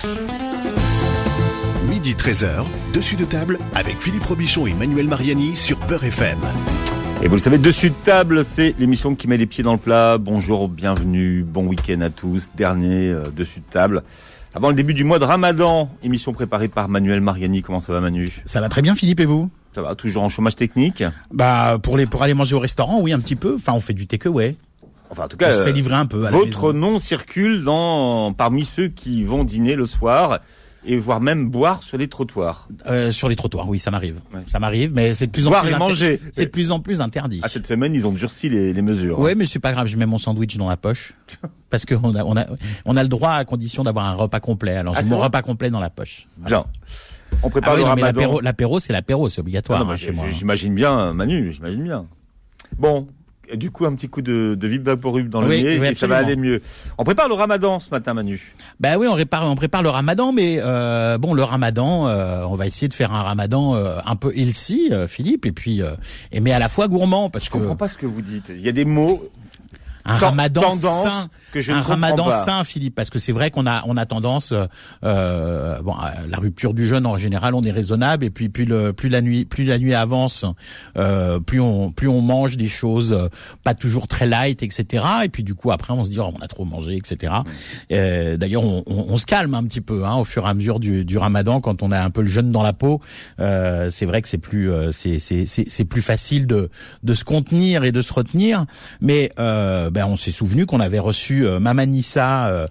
Midi 13h, dessus de table avec Philippe Robichon et Manuel Mariani sur Beurre FM. Et vous le savez, Dessus de table, c'est l'émission qui met les pieds dans le plat. Bonjour, bienvenue, bon week-end à tous. Dernier Dessus de table. Avant le début du mois de Ramadan, émission préparée par Manuel Mariani. Comment ça va, Manu ? Ça va très bien, Philippe, et vous ? Ça va, toujours en chômage technique ? Pour aller manger au restaurant, oui, un petit peu. Enfin, on fait du takeaway. Enfin, en tout cas, on se fait livrer un peu à la votre maison. nom circule parmi ceux qui vont dîner le soir et voire même boire sur les trottoirs. Sur les trottoirs, oui, ça m'arrive. Ouais. Ça m'arrive, mais c'est de plus en boire plus et manger. C'est de plus en plus interdit. Ah, cette semaine, ils ont durci les mesures. Ouais, mais c'est pas grave, je mets mon sandwich dans la poche. Parce que on a le droit à condition d'avoir un repas complet. Alors, j'ai mon repas complet dans la poche. Bien. On prépare le non, Ramadan. mais l'apéro, c'est obligatoire. Ah non, chez moi. J'imagine bien, Manu, j'imagine bien. Bon. Et du coup, un petit coup de Vip-Vaporub dans le nez, et ça va aller mieux. On prépare le Ramadan ce matin, Manu. Ben oui, on prépare le Ramadan, mais le Ramadan, on va essayer de faire un Ramadan un peu healthy, Philippe, et puis mais à la fois gourmand, parce que je comprends pas ce que vous dites. Il y a des mots. Un Ramadan sain, que je ne un Ramadan pas. sain, Philippe, parce que c'est vrai qu'on a tendance, la rupture du jeûne en général, on est raisonnable, et puis plus la nuit avance, plus on mange des choses pas toujours très light, etc. Et puis du coup après on se dit on a trop mangé, etc. D'ailleurs on se calme un petit peu au fur et à mesure du Ramadan quand on a un peu le jeûne dans la peau. C'est vrai que c'est plus facile de se contenir et de se retenir, mais on s'est souvenu qu'on avait reçu Mama Nissa.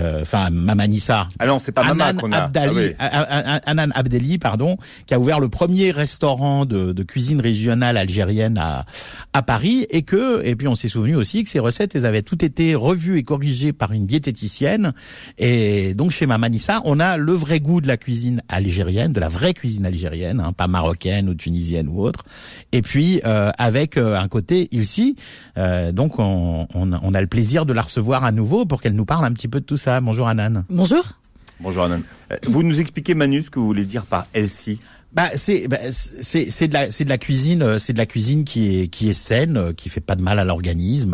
Ah non, c'est pas Mama qu'on a. Hanan Abdelli, qui a ouvert le premier restaurant de cuisine régionale algérienne à Paris, et puis on s'est souvenu aussi que ces recettes, elles avaient toutes été revues et corrigées par une diététicienne. Et donc chez Mama Nissa, on a le vrai goût de la cuisine algérienne, de la vraie cuisine algérienne, pas marocaine ou tunisienne ou autre. Et puis avec un côté ici, donc on a le plaisir de la recevoir à nouveau pour qu'elle nous parle un petit peu de tout ça. Bonjour Hanan. Bonjour. Bonjour Hanan. Vous nous expliquez, Manu, ce que vous voulez dire par healthy? C'est de la cuisine qui est saine, qui fait pas de mal à l'organisme,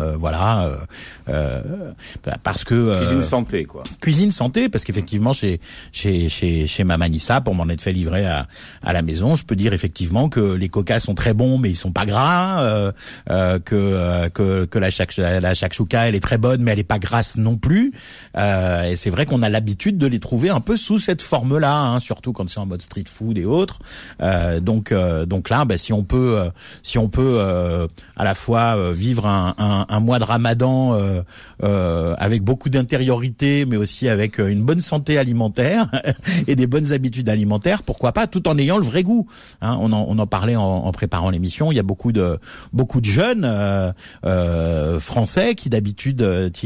parce que cuisine santé, quoi. Cuisine santé, parce qu'effectivement chez Mama Nissa, pour m'en être fait livrer à la maison, je peux dire effectivement que les coca sont très bons, mais ils sont pas gras, que la shakshuka elle est très bonne, mais elle est pas grasse non plus. Et c'est vrai qu'on a l'habitude de les trouver un peu sous cette forme-là, surtout quand c'est en mode street food et autres. Donc là, si on peut à la fois vivre un mois de Ramadan avec beaucoup d'intériorité, mais aussi avec une bonne santé alimentaire et des bonnes habitudes alimentaires, pourquoi pas, tout en ayant le vrai goût. On en parlait en préparant l'émission. Il y a beaucoup de jeunes français qui d'habitude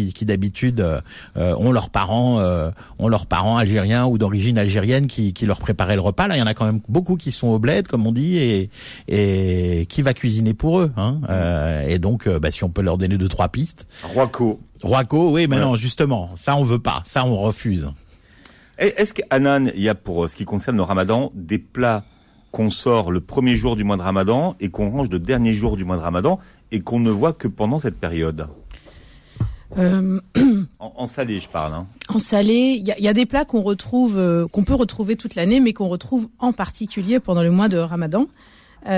ont leurs parents algériens ou d'origine algérienne qui leur préparaient le repas. Là, il y en a quand même beaucoup qui sont au bled, comme on dit, et qui va cuisiner pour eux. Et donc, si on peut leur donner 2-3 pistes. Roaco, oui, mais non, justement, ça on veut pas, ça on refuse. Est-ce qu'Hanan, il y a pour ce qui concerne le Ramadan des plats qu'on sort le premier jour du mois de Ramadan et qu'on range le dernier jour du mois de Ramadan et qu'on ne voit que pendant cette période? En salé, je parle. En salé, il y a des plats qu'on peut retrouver toute l'année, mais qu'on retrouve en particulier pendant le mois de Ramadan. On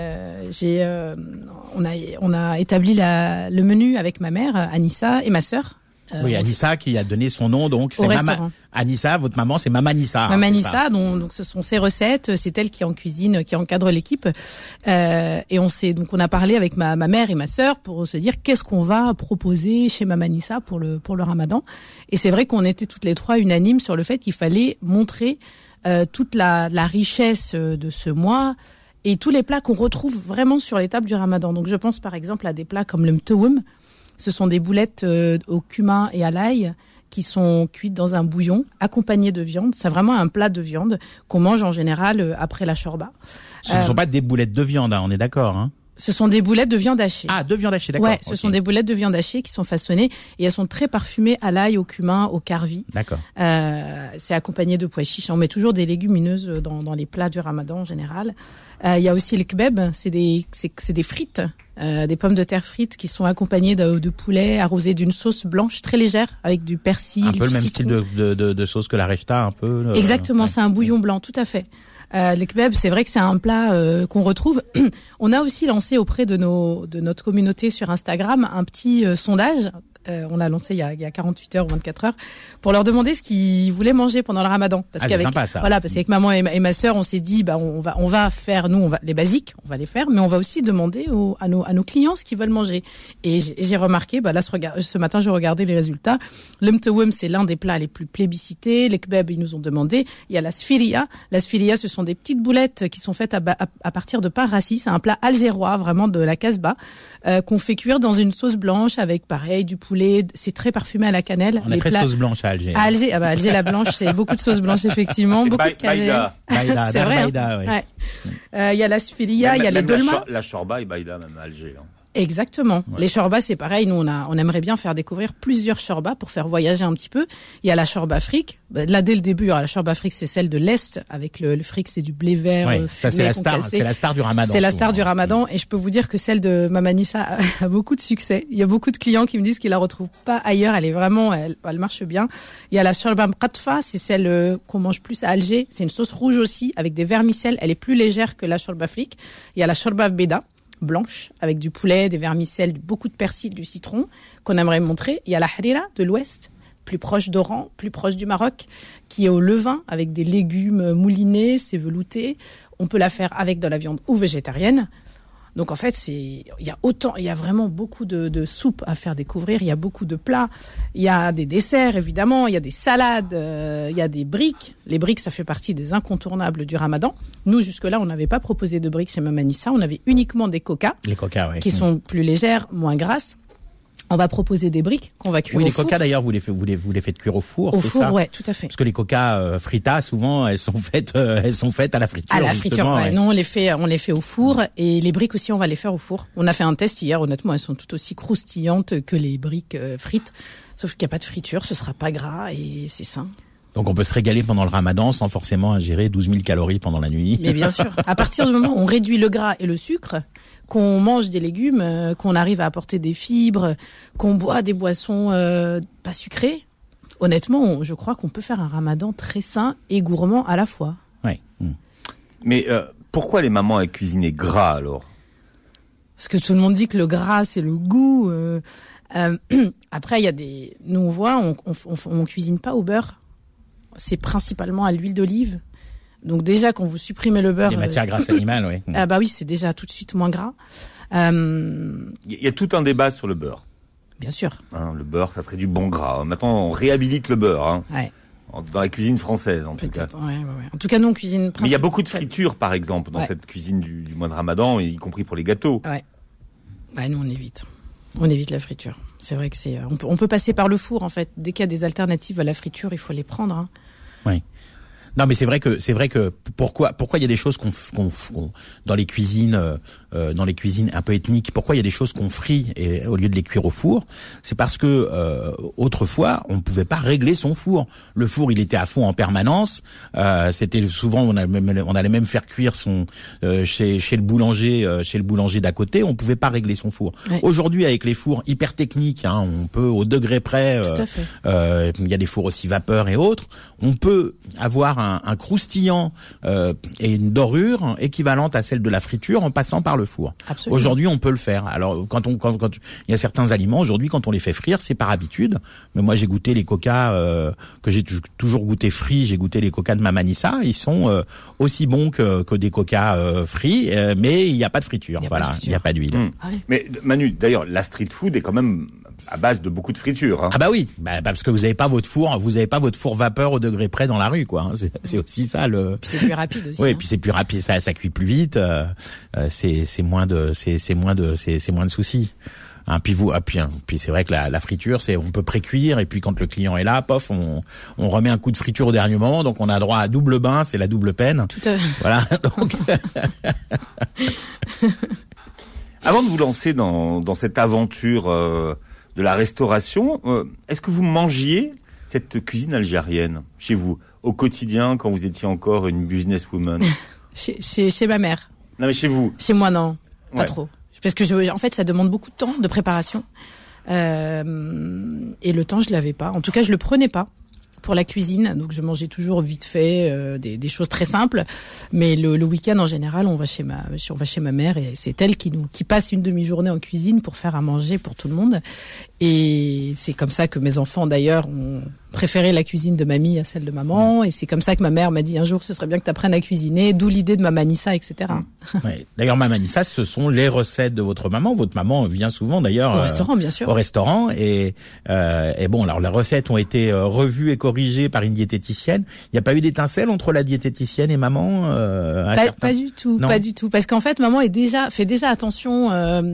a établi le menu avec ma mère, Anissa, et ma sœur. Oui, Anissa qui a donné son nom, donc c'est Anissa, votre maman, c'est Mama Nissa. Mama Nissa, donc ce sont ses recettes, c'est elle qui en cuisine, qui encadre l'équipe. Et on a parlé avec ma mère et ma sœur pour se dire qu'est-ce qu'on va proposer chez Mama Nissa pour le Ramadan. Et c'est vrai qu'on était toutes les trois unanimes sur le fait qu'il fallait montrer toute la richesse de ce mois et tous les plats qu'on retrouve vraiment sur les tables du Ramadan. Donc je pense par exemple à des plats comme le mtoum. Ce sont des boulettes au cumin et à l'ail qui sont cuites dans un bouillon accompagnées de viande. C'est vraiment un plat de viande qu'on mange en général après la shorba. Ce ne sont pas des boulettes de viande, on est d'accord, Ce sont des boulettes de viande hachée. Ah, de viande hachée, d'accord. Ouais, ce sont des boulettes de viande hachée qui sont façonnées et elles sont très parfumées à l'ail, au cumin, au karvi. D'accord. C'est accompagné de pois chiches. On met toujours des légumineuses dans les plats du Ramadan en général. Il y a aussi le kebab, c'est des frites des pommes de terre frites qui sont accompagnées de poulet arrosé d'une sauce blanche très légère avec du persil. Un peu le même citron. style de sauce que la rechta, un peu. Exactement, ouais. c'est un bouillon blanc, tout à fait. Le kebab, c'est vrai que c'est un plat qu'on retrouve. On a aussi lancé auprès de notre communauté sur Instagram un petit sondage. On l'a lancé il y a 48 heures ou 24 heures pour leur demander ce qu'ils voulaient manger pendant le Ramadan. Parce c'est sympa ça. Voilà, parce qu'avec maman et ma sœur, on s'est dit, on va faire les basiques, on va les faire, mais on va aussi demander à nos clients ce qu'ils veulent manger. Et j'ai remarqué, ce matin, je regardais les résultats. Le mtewem, c'est l'un des plats les plus plébiscités. Les kebabs, ils nous ont demandé. Il y a la sfiria. La sfiria, ce sont des petites boulettes qui sont faites à partir de pain rassis. C'est un plat algérois, vraiment de la Casbah, qu'on fait cuire dans une sauce blanche avec, pareil, du poulet. C'est très parfumé à la cannelle. On a très sauce blanche à Alger. À Alger, Alger la blanche, c'est beaucoup de sauce blanche effectivement, beaucoup de cannelle. Baïda, c'est vrai. Baïda, oui. Il y a la sfiria, il y a les dolmas. La shorba et baïda même à Alger. Hein. Exactement. Ouais. Les shorbas, c'est pareil. Nous, on aimerait bien faire découvrir plusieurs shorbas pour faire voyager un petit peu. Il y a la shorba fric. Là, dès le début, la shorba fric, c'est celle de l'Est, avec le fric, c'est du blé vert. Ouais, ça, c'est la star. C'est la star du Ramadan. C'est la star du Ramadan. Et je peux vous dire que celle de Mama Nissa a beaucoup de succès. Il y a beaucoup de clients qui me disent qu'ils la retrouvent pas ailleurs. Elle est vraiment, elle marche bien. Il y a la shorba mqatfa. C'est celle qu'on mange plus à Alger. C'est une sauce rouge aussi, avec des vermicelles. Elle est plus légère que la shorba fric. Il y a la shorba beda, blanche, avec du poulet, des vermicelles, beaucoup de persil, du citron, qu'on aimerait montrer. Il y a la harira de l'Ouest, plus proche d'Oran, plus proche du Maroc, qui est au levain, avec des légumes moulinés, c'est velouté. On peut la faire avec de la viande ou végétarienne. Donc en fait, il y a vraiment beaucoup de soupes à faire découvrir. Il y a beaucoup de plats. Il y a des desserts, évidemment. Il y a des salades. Il y a des briques. Les briques, ça fait partie des incontournables du Ramadan. Nous, jusque-là, on n'avait pas proposé de briques chez Mama Nissa. On avait uniquement des coca. Les coca, oui. Qui sont plus légères, moins grasses. On va proposer des briques qu'on va cuire au four. Oui, les coca d'ailleurs, vous les faites cuire au four, c'est ça ? Au four, ouais, tout à fait. Parce que les coca fritas, souvent, elles sont faites à la friture. À la friture, ouais. Ouais. Non, on les fait au four, et les briques aussi, on va les faire au four. On a fait un test hier, honnêtement, elles sont tout aussi croustillantes que les briques frites, sauf qu'il n'y a pas de friture, ce sera pas gras et c'est sain. Donc on peut se régaler pendant le Ramadan sans forcément ingérer 12 000 calories pendant la nuit. Mais bien sûr, à partir du moment où on réduit le gras et le sucre, qu'on mange des légumes, qu'on arrive à apporter des fibres, qu'on boit des boissons pas sucrées, honnêtement, je crois qu'on peut faire un Ramadan très sain et gourmand à la fois. Ouais. Mais pourquoi les mamans elles cuisinaient gras alors ? Parce que tout le monde dit que le gras c'est le goût. Après, il y a nous on voit, on cuisine pas au beurre. C'est principalement à l'huile d'olive. Donc déjà, quand vous supprimez le beurre... Les matières grasses animales, oui. Ah bah oui, c'est déjà tout de suite moins gras. Il y a tout un débat sur le beurre. Bien sûr. Hein, le beurre, ça serait du bon gras. Maintenant, on réhabilite le beurre. Hein, ouais. Dans la cuisine française, en tout cas. Ouais. En tout cas, nous, on cuisine... Mais il y a beaucoup de fritures, par exemple, dans cette cuisine du mois de Ramadan, y compris pour les gâteaux. Ouais. Bah, nous, on évite. On évite la friture. C'est vrai que on peut passer par le four, en fait. Dès qu'il y a des alternatives à la friture, il faut les prendre. Hein. Oui. Non, mais c'est vrai que pourquoi il y a des choses qu'on dans les cuisines un peu ethniques, pourquoi il y a des choses qu'on frit au lieu de les cuire au four, c'est parce que autrefois on ne pouvait pas régler son four. Le four, il était à fond en permanence. C'était souvent on allait même faire cuire chez le boulanger d'à côté. On pouvait pas régler son four. Ouais. Aujourd'hui, avec les fours hyper techniques, hein, on peut au degré près. Il y a des fours aussi vapeur et autres. On peut avoir un croustillant et une dorure équivalente à celle de la friture en passant par le four. Absolument. Aujourd'hui, on peut le faire. Alors, quand il y a certains aliments, aujourd'hui, quand on les fait frire, c'est par habitude. Mais moi, j'ai goûté les coca que j'ai toujours goûté frits. J'ai goûté les coca de Mama Nissa. Ils sont aussi bons que des coca frits, mais il n'y a pas de friture. Il n'y a pas d'huile. Mais Manu, d'ailleurs, la street food est quand même à base de beaucoup de friture. Hein. Ah bah oui, parce que vous n'avez pas votre four vapeur au degré près dans la rue, quoi. Hein. C'est aussi ça le. Puis c'est plus rapide aussi. Oui, hein. Puis c'est plus rapide, ça cuit plus vite. C'est moins de soucis. Hein, puis c'est vrai que la friture, on peut pré-cuire et puis quand le client est là, pof, on remet un coup de friture au dernier moment, donc on a droit à double bain, c'est la double peine. Tout à fait. Voilà. Donc. Avant de vous lancer dans cette aventure de la restauration, est-ce que vous mangiez cette cuisine algérienne chez vous au quotidien quand vous étiez encore une businesswoman? Chez ma mère. Non mais chez vous. Chez moi non, pas trop. parce que en fait, ça demande beaucoup de temps de préparation. Et le temps, je l'avais pas. En tout cas, je le prenais pas pour la cuisine. Donc, je mangeais toujours vite fait des choses très simples. Mais le week-end, en général, on va chez ma mère et c'est elle qui passe une demi-journée en cuisine pour faire à manger pour tout le monde. Et c'est comme ça que mes enfants, d'ailleurs, ont préféré la cuisine de mamie à celle de maman. Et c'est comme ça que ma mère m'a dit un jour, ce serait bien que tu apprennes à cuisiner, d'où l'idée de Maman Nissa, etc. Ouais. D'ailleurs, Maman Nissa, ce sont les recettes de votre maman. Votre maman vient souvent, d'ailleurs, au restaurant, bien sûr. Au restaurant. Et bon, alors les recettes ont été revues et corrigées par une diététicienne. Il n'y a pas eu d'étincelle entre la diététicienne et maman pas du tout, pas du tout. Parce qu'en fait, maman fait déjà attention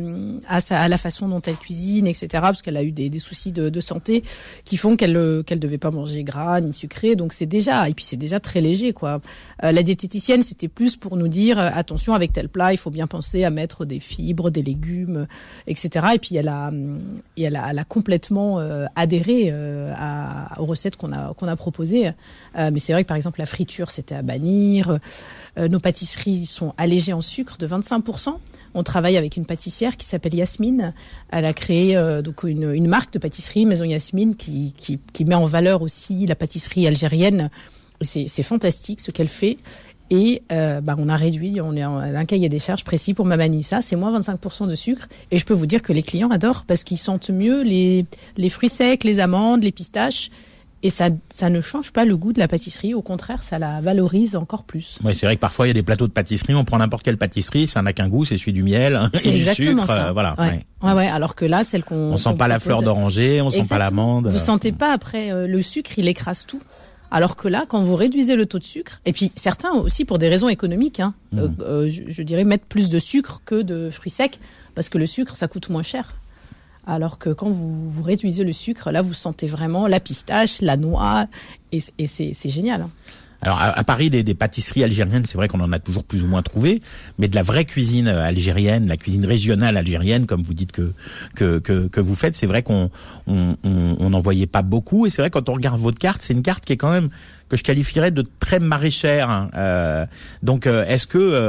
à la façon dont elle cuisine, etc. Parce qu'elle a eu des soucis de santé qui font qu'elle devait pas manger gras ni sucré, donc c'est déjà très léger, quoi. La diététicienne, c'était plus pour nous dire attention, avec tel plat, il faut bien penser à mettre des fibres, des légumes, etc. Et puis elle a complètement adhéré aux recettes qu'on a proposées. Mais c'est vrai que par exemple la friture, c'était à bannir. Nos pâtisseries sont allégées en sucre de 25%. On travaille avec une pâtissière qui s'appelle Yasmine. Elle a créé donc une marque de pâtisserie, Maison Yasmine, qui met en valeur aussi la pâtisserie algérienne. C'est fantastique ce qu'elle fait. Et on a réduit, elle a un cahier des charges précis pour Maman Nissa, c'est moins 25% de sucre. Et je peux vous dire que les clients adorent parce qu'ils sentent mieux les fruits secs, les amandes, les pistaches. Et ça ne change pas le goût de la pâtisserie, au contraire, ça la valorise encore plus. Oui, c'est vrai que parfois il y a des plateaux de pâtisserie, on prend n'importe quelle pâtisserie, ça n'a qu'un goût, c'est celui du miel et du sucre, ça. Voilà. Ouais, alors que là, celle qu'on sent pas la fleur d'oranger, on sent pas l'amande. Vous sentez pas après le sucre, il écrase tout. Alors que là, quand vous réduisez le taux de sucre, et puis certains aussi pour des raisons économiques, je dirais mettre plus de sucre que de fruits secs, parce que le sucre, ça coûte moins cher. Alors que quand vous réduisez le sucre, là, vous sentez vraiment la pistache, la noix, et c'est génial. Alors à Paris, des pâtisseries algériennes, c'est vrai qu'on en a toujours plus ou moins trouvé, mais de la vraie cuisine algérienne, la cuisine régionale algérienne, comme vous dites que vous faites, c'est vrai qu'on n'en voyait pas beaucoup. Et c'est vrai, quand on regarde votre carte, c'est une carte qui est quand même que je qualifierais de très maraîchère. Donc est-ce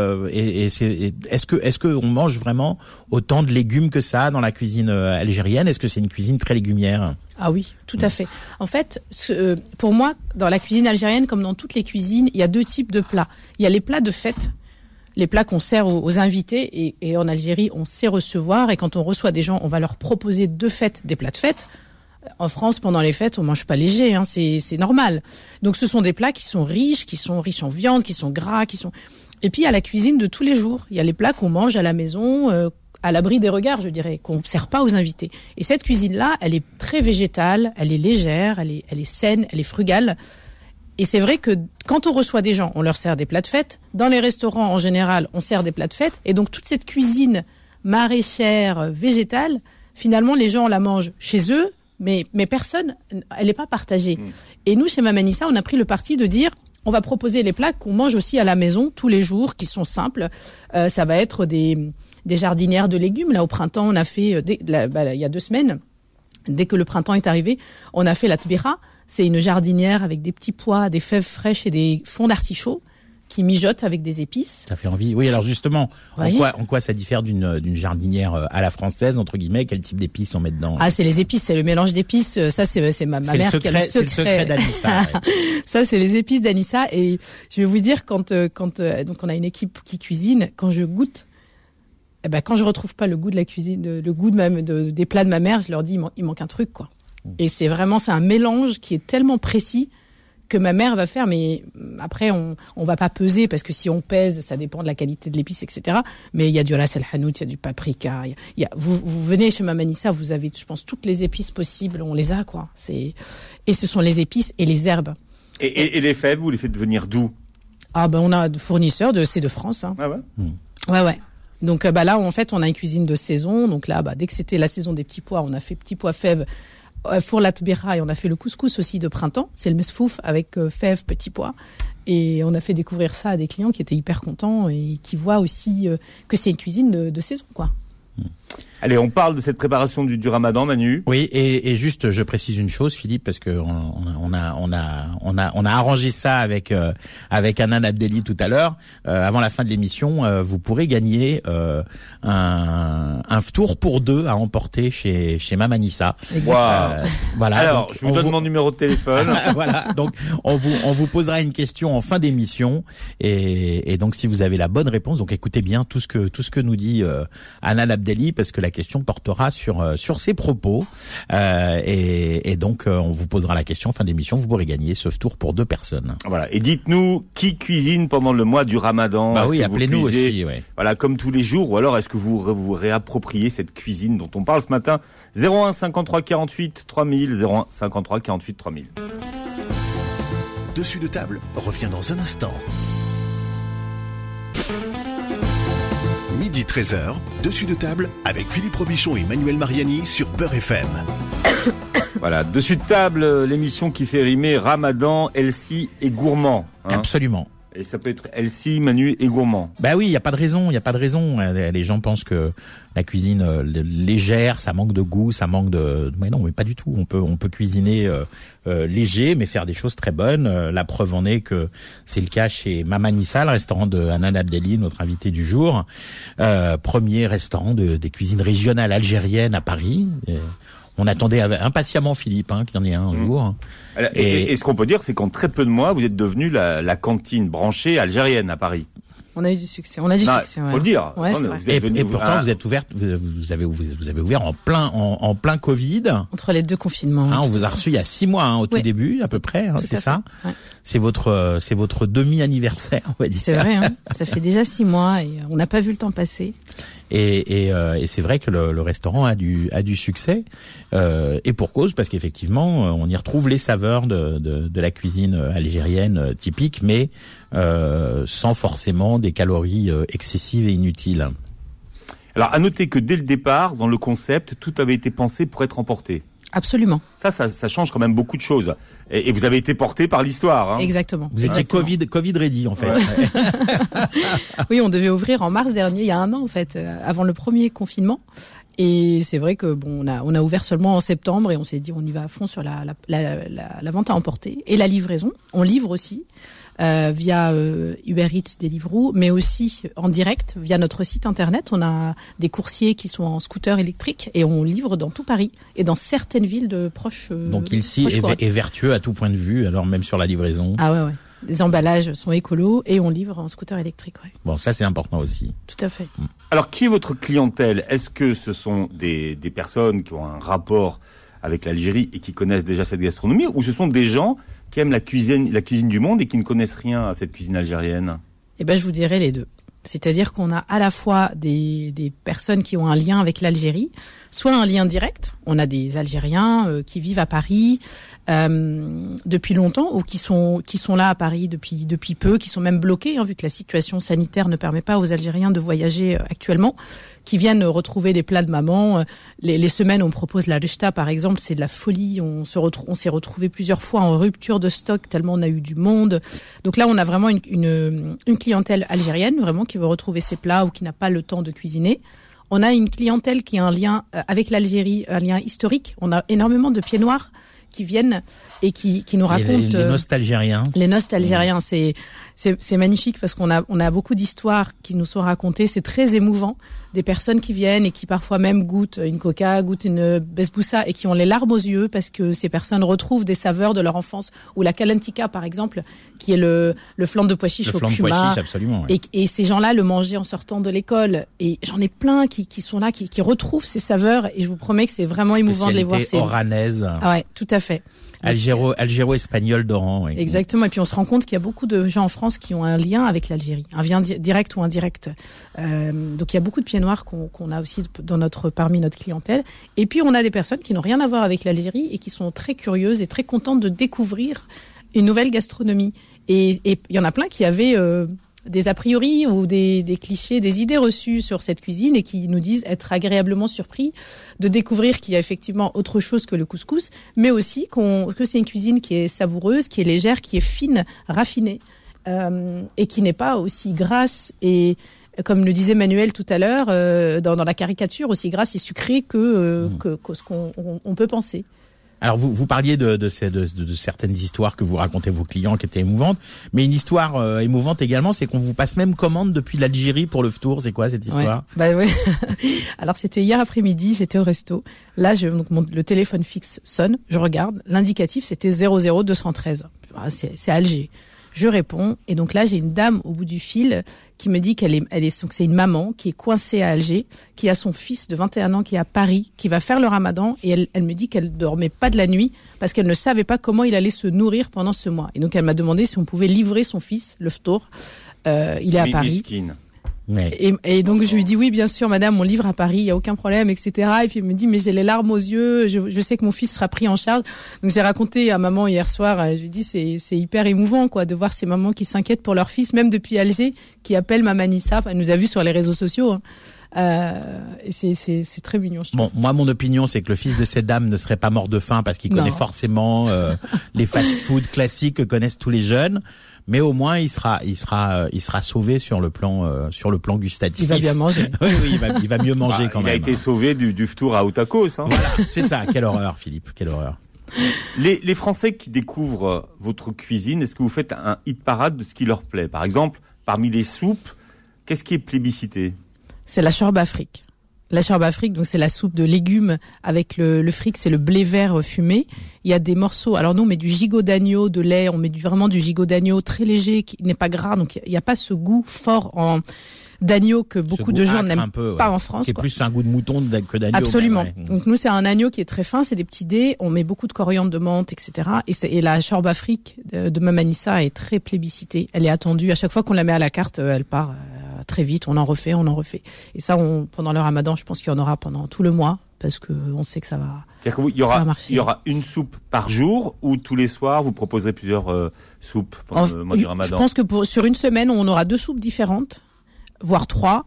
que on mange vraiment autant de légumes que ça dans la cuisine algérienne? Est-ce que c'est une cuisine très légumière? Ah oui, tout à fait. En fait, pour moi, dans la cuisine algérienne, comme dans toutes les cuisines, il y a deux types de plats. Il y a les plats de fête, les plats qu'on sert aux invités. Et en Algérie, on sait recevoir. Et quand on reçoit des gens, on va leur proposer de fête des plats de fête. En France, pendant les fêtes, on mange pas léger, c'est normal. Donc, ce sont des plats qui sont riches en viande, qui sont gras, Et puis, il y a la cuisine de tous les jours. Il y a les plats qu'on mange à la maison, à l'abri des regards, je dirais, qu'on ne sert pas aux invités. Et cette cuisine-là, elle est très végétale, elle est légère, elle est saine, elle est frugale. Et c'est vrai que quand on reçoit des gens, on leur sert des plats de fête. Dans les restaurants, en général, on sert des plats de fête. Et donc, toute cette cuisine maraîchère, végétale, finalement, les gens la mangent chez eux, mais personne, elle n'est pas partagée. Et nous, chez Maman Nissa, on a pris le parti de dire, on va proposer les plats qu'on mange aussi à la maison tous les jours, qui sont simples. Ça va être des jardinières de légumes. Là, au printemps, on a fait, il y a 2 semaines, dès que le printemps est arrivé, on a fait la tbira. C'est une jardinière avec des petits pois, des fèves fraîches et des fonds d'artichaut qui mijotent avec des épices. Ça fait envie. Oui, alors justement, en quoi ça diffère d'une jardinière à la française, entre guillemets? Quel type d'épices on met dedans? Ah, c'est les épices, c'est le mélange d'épices. Ça, c'est ma mère qui a le secret. C'est le secret d'Anissa. Ouais. Ça, c'est les épices d'Anissa. Et je vais vous dire, donc on a une équipe qui cuisine, quand je goûte, quand je retrouve pas le goût de la cuisine, le goût des plats de ma mère, je leur dis, il manque un truc, quoi. Et c'est un mélange qui est tellement précis que ma mère va faire, mais après on va pas peser, parce que si on pèse, ça dépend de la qualité de l'épice, etc. Mais il y a du ras el hanout, il y a du paprika, vous venez chez Maman Nissa, vous avez, je pense, toutes les épices possibles, on les a, quoi. Et ce sont les épices et les herbes. Et les fèves, vous les faites venir d'où? On a des fournisseurs c'est de France. Hein. Ah ouais. Ouais. Donc là, en fait, on a une cuisine de saison. Donc là, dès que c'était la saison des petits pois, on a fait petits pois fèves pour la tbira, et on a fait le couscous aussi de printemps. C'est le mesfouf avec fèves, petits pois. Et on a fait découvrir ça à des clients qui étaient hyper contents et qui voient aussi que c'est une cuisine de saison, quoi. Allez, on parle de cette préparation du Ramadan, Manu. Oui, et juste, je précise une chose, Philippe, parce que on a arrangé ça avec Hanan Abdelli tout à l'heure. Avant la fin de l'émission, vous pourrez gagner un tour pour 2 à emporter chez Mamanissa. Wow. Voilà. Alors, donc, je vous donne mon numéro de téléphone. Voilà. Donc, on vous posera une question en fin d'émission, et donc si vous avez la bonne réponse, donc écoutez bien tout ce que nous dit Hanan Abdelli, parce que la question portera sur ses propos, et donc on vous posera la question en fin d'émission. Vous pourrez gagner ce tour pour 2 personnes. Voilà. Et dites-nous qui cuisine pendant le mois du Ramadan. Bah oui, appelez-nous aussi. Ouais. Voilà, comme tous les jours, ou alors est-ce que vous réappropriez cette cuisine dont on parle ce matin? 01 53 48 3000, 01 53 48 3000. Dessus de table revient dans un instant. Midi 13h, dessus de table avec Philippe Robichon et Manuel Mariani sur Beurre FM. Voilà, dessus de table, l'émission qui fait rimer Ramadan, healthy et gourmand. Absolument. Et ça peut être healthy, Manu et gourmand. Bah oui, il y a pas de raison. Les gens pensent que la cuisine légère, ça manque de goût, ça manque de. Mais non, mais pas du tout. On peut cuisiner léger, mais faire des choses très bonnes. La preuve en est que c'est le cas chez Mamanissa, le restaurant de Hanan Abdelli, notre invité du jour. Premier restaurant des cuisines régionales algériennes à Paris. On attendait impatiemment Philippe, qu'il y en ait un jour. Et ce qu'on peut dire, c'est qu'en très peu de mois, vous êtes devenu la cantine branchée algérienne à Paris. On a eu du succès. Faut le dire. Ouais, c'est vrai. Et pourtant, vous êtes ouverte, vous avez ouvert en plein Covid. Entre les 2 confinements. On vous a reçu il y a 6 mois, au tout début, à peu près, c'est ça. Ouais. C'est votre demi-anniversaire, on va dire. C'est vrai, ça fait déjà 6 mois et on n'a pas vu le temps passer. Et c'est vrai que le restaurant a du succès, et pour cause, parce qu'effectivement on y retrouve les saveurs de la cuisine algérienne typique, mais sans forcément des calories excessives et inutiles. Alors à noter que dès le départ, dans le concept, tout avait été pensé pour être emporté. Absolument. Ça change quand même beaucoup de choses. Et vous avez été porté par l'histoire. Exactement. Vous étiez Covid ready, en fait. Ouais. Oui, on devait ouvrir en mars dernier, il y a 1 an, en fait, avant le premier confinement. Et c'est vrai que on a ouvert seulement en septembre et on s'est dit on y va à fond sur la vente à emporter et la livraison. On livre aussi via Uber Eats, Deliveroo, mais aussi en direct via notre site internet. On a des coursiers qui sont en scooter électrique et on livre dans tout Paris et dans certaines villes de proches. Donc ici est vertueux à tout point de vue, alors même sur la livraison. Ah ouais. Les emballages sont écolos et on livre en scooter électrique. Ouais. Bon, ça c'est important aussi. Tout à fait. Alors, qui est votre clientèle? Est-ce que ce sont des personnes qui ont un rapport avec l'Algérie et qui connaissent déjà cette gastronomie, ou ce sont des gens qui aiment la cuisine du monde et qui ne connaissent rien à cette cuisine algérienne? Eh ben, je vous dirais les deux. C'est-à-dire qu'on a à la fois des personnes qui ont un lien avec l'Algérie, soit un lien direct. On a des Algériens qui vivent à Paris depuis longtemps ou qui sont là à Paris depuis peu, qui sont même bloqués vu que la situation sanitaire ne permet pas aux Algériens de voyager actuellement, qui viennent retrouver des plats de maman. Les semaines où on propose la rechta par exemple, c'est de la folie. On s'est retrouvé plusieurs fois en rupture de stock tellement on a eu du monde. Donc là, on a vraiment une clientèle algérienne vraiment qui veut retrouver ses plats ou qui n'a pas le temps de cuisiner. On a une clientèle qui a un lien avec l'Algérie, un lien historique. On a énormément de pieds noirs qui viennent et qui nous racontent les nostalgériens. Les nostalgériens, c'est magnifique parce qu'on a beaucoup d'histoires qui nous sont racontées. C'est très émouvant. Des personnes qui viennent et qui parfois même goûtent une coca, goûtent une besboussa et qui ont les larmes aux yeux parce que ces personnes retrouvent des saveurs de leur enfance. Ou la kalantika, par exemple, qui est le flan de pois chiche au cumin. Absolument. Ouais. Et ces gens-là le mangeaient en sortant de l'école. Et j'en ai plein qui sont là, qui retrouvent ces saveurs. Et je vous promets que c'est vraiment émouvant de les voir. Spécialité oranaise. Ah ouais, tout à fait. Algéro-espagnol d'Oran. Oui. Exactement. Et puis on se rend compte qu'il y a beaucoup de gens en France qui ont un lien avec l'Algérie, un lien direct ou indirect. Donc il y a beaucoup de pieds noirs qu'on a aussi parmi notre clientèle. Et puis on a des personnes qui n'ont rien à voir avec l'Algérie et qui sont très curieuses et très contentes de découvrir une nouvelle gastronomie. Et il y en a plein qui avaient des a priori ou des clichés, des idées reçues sur cette cuisine et qui nous disent être agréablement surpris de découvrir qu'il y a effectivement autre chose que le couscous, mais aussi que c'est une cuisine qui est savoureuse, qui est légère, qui est fine, raffinée et qui n'est pas aussi grasse et comme le disait Manuel tout à l'heure, dans la caricature, aussi gras et sucré que ce qu'on peut penser. Alors vous parliez de certaines histoires que vous racontez vos clients qui étaient émouvantes, mais une histoire émouvante également, c'est qu'on vous passe même commande depuis l'Algérie pour le ftour. C'est quoi cette histoire? Ouais. Alors c'était hier après-midi, j'étais au resto. Là, le téléphone fixe sonne, je regarde, l'indicatif c'était 00213. C'est Alger. Je réponds et donc là j'ai une dame au bout du fil qui me dit donc c'est une maman qui est coincée à Alger, qui a son fils de 21 ans qui est à Paris, qui va faire le Ramadan et elle me dit qu'elle dormait pas de la nuit parce qu'elle ne savait pas comment il allait se nourrir pendant ce mois. Et donc elle m'a demandé si on pouvait livrer son fils, le ftour. Il est à Paris. Miskine. Et donc je lui dis oui bien sûr madame, on livre à Paris, il y a aucun problème, etc. Et puis il me dit mais j'ai les larmes aux yeux, je sais que mon fils sera pris en charge. Donc j'ai raconté à maman hier soir, je lui dis c'est hyper émouvant quoi de voir ces mamans qui s'inquiètent pour leur fils, même depuis Alger, qui appellent Maman Nissa. Elle nous a vus sur les réseaux sociaux. Et c'est très mignon. Je trouve. Bon, moi mon opinion c'est que le fils de cette dame ne serait pas mort de faim parce qu'il connaît forcément les fast-food classiques que connaissent tous les jeunes. Mais au moins il sera sauvé sur le plan gustatif. Il va bien manger. Oui, il va mieux manger quand même. Il a été sauvé du ftour à Otakos. Hein. Voilà, c'est ça. Quelle horreur, Philippe, quelle horreur. Les Français qui découvrent votre cuisine, est-ce que vous faites un hit parade de ce qui leur plaît? Par exemple, parmi les soupes, qu'est-ce qui est plébiscité? C'est la chorba afrique. La chorba afrique, donc c'est la soupe de légumes avec le fric, c'est le blé vert fumé. Il y a des morceaux. Alors nous on met du gigot d'agneau, de lait, on met vraiment du gigot d'agneau très léger qui n'est pas gras, donc il n'y a pas ce goût fort d'agneau que beaucoup de gens n'aiment pas en France. C'est plus un goût de mouton que d'agneau. Absolument. Donc nous c'est un agneau qui est très fin, c'est des petits dés, on met beaucoup de coriandre, de menthe, etc. Et la chorba afrique de Maman Nissa est très plébiscitée. Elle est attendue. À chaque fois qu'on la met à la carte, elle part très vite. On en refait. Et ça, pendant le Ramadan, je pense qu'il y en aura pendant tout le mois parce que on sait que ça va. C'est-à-dire qu'il y aura une soupe par jour ou tous les soirs vous proposerez plusieurs soupes pendant le mois du Ramadan. Je pense que sur une semaine, on aura 2 soupes différentes, voire 3.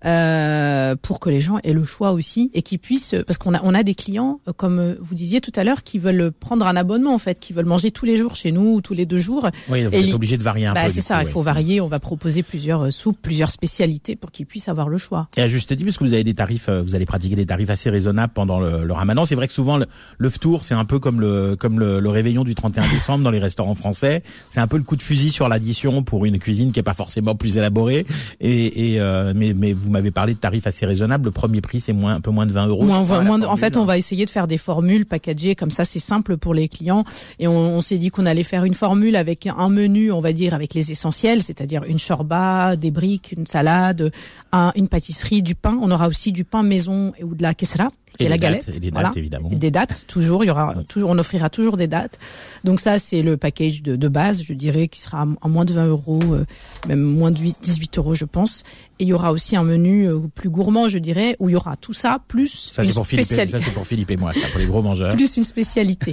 Pour que les gens aient le choix aussi et qu'ils puissent, parce qu'on a des clients, comme vous disiez tout à l'heure, qui veulent prendre un abonnement en fait, qui veulent manger tous les jours chez nous ou tous les 2 jours. Oui, vous êtes obligé de varier un peu. C'est ça, il faut varier. On va proposer plusieurs soupes, plusieurs spécialités pour qu'ils puissent avoir le choix. Et à juste dit, parce que vous avez des tarifs, vous allez pratiquer des tarifs assez raisonnables pendant le Ramadan. C'est vrai que souvent le ftour, c'est un peu comme le réveillon du 31 décembre dans les restaurants français. C'est un peu le coup de fusil sur l'addition pour une cuisine qui est pas forcément plus élaborée. Mais vous m'avez parlé de tarifs assez raisonnables. Le premier prix, c'est un peu moins de 20 euros. En fait, on va essayer de faire des formules packagées comme ça, c'est simple pour les clients. Et on s'est dit qu'on allait faire une formule avec un menu, on va dire, avec les essentiels, c'est-à-dire une shorba, des briques, une salade, une pâtisserie, du pain. On aura aussi du pain maison ou de la kesra. Et la galette, et les dates, évidemment. Et des dates, toujours. On offrira toujours des dates. Donc ça, c'est le package de base, je dirais, qui sera à moins de 20 euros, même moins de 18 euros, je pense. Et il y aura aussi un menu plus gourmand, je dirais, où il y aura tout ça, plus ça, c'est pour Philippe et moi, ça, pour les gros mangeurs. Plus une spécialité.